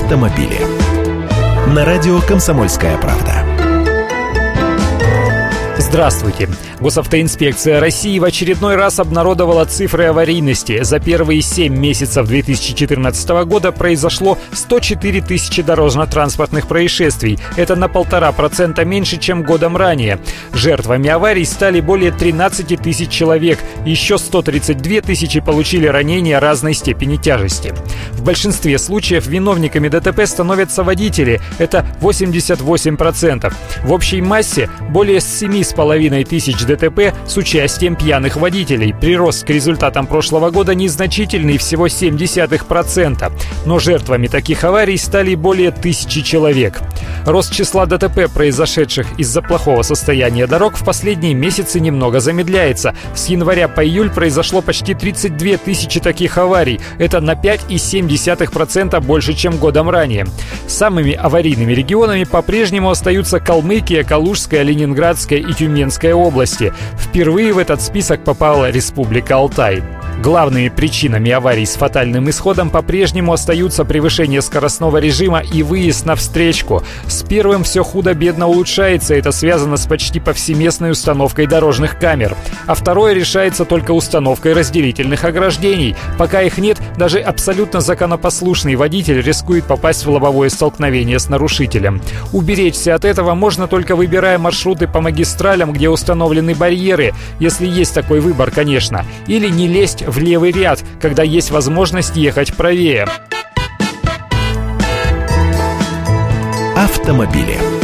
автомобили. На радио «Комсомольская правда». Здравствуйте. Госавтоинспекция России в очередной раз обнародовала цифры аварийности. За первые 7 месяцев 2014 года произошло 104 тысячи дорожно-транспортных происшествий. Это на 1,5% меньше, чем годом ранее. Жертвами аварий стали более 13 тысяч человек. Еще 132 тысячи получили ранения разной степени тяжести. В большинстве случаев виновниками ДТП становятся водители. Это 88%. В общей массе более 7,5 тысяч ДТП с участием пьяных водителей. Прирост к результатам прошлого года незначительный, всего 0,7%. Но жертвами таких аварий стали более 1000 человек. Рост числа ДТП, произошедших из-за плохого состояния дорог, в последние месяцы немного замедляется. С января по июль произошло почти 32 тысячи таких аварий. Это на 5,7% больше, чем годом ранее. Самыми аварийными регионами по-прежнему остаются Калмыкия, Калужская, Ленинградская и Тюменская области. Впервые в этот список попала Республика Алтай. Главными причинами аварий с фатальным исходом по-прежнему остаются превышение скоростного режима и выезд на встречку. С первым все худо-бедно улучшается, это связано с почти повсеместной установкой дорожных камер. А второе решается только установкой разделительных ограждений. Пока их нет, даже абсолютно законопослушный водитель рискует попасть в лобовое столкновение с нарушителем. Уберечься от этого можно только выбирая маршруты по магистралям, где установлены барьеры, если есть такой выбор, конечно, или не лезть в левый ряд, когда есть возможность ехать правее. Автомобили.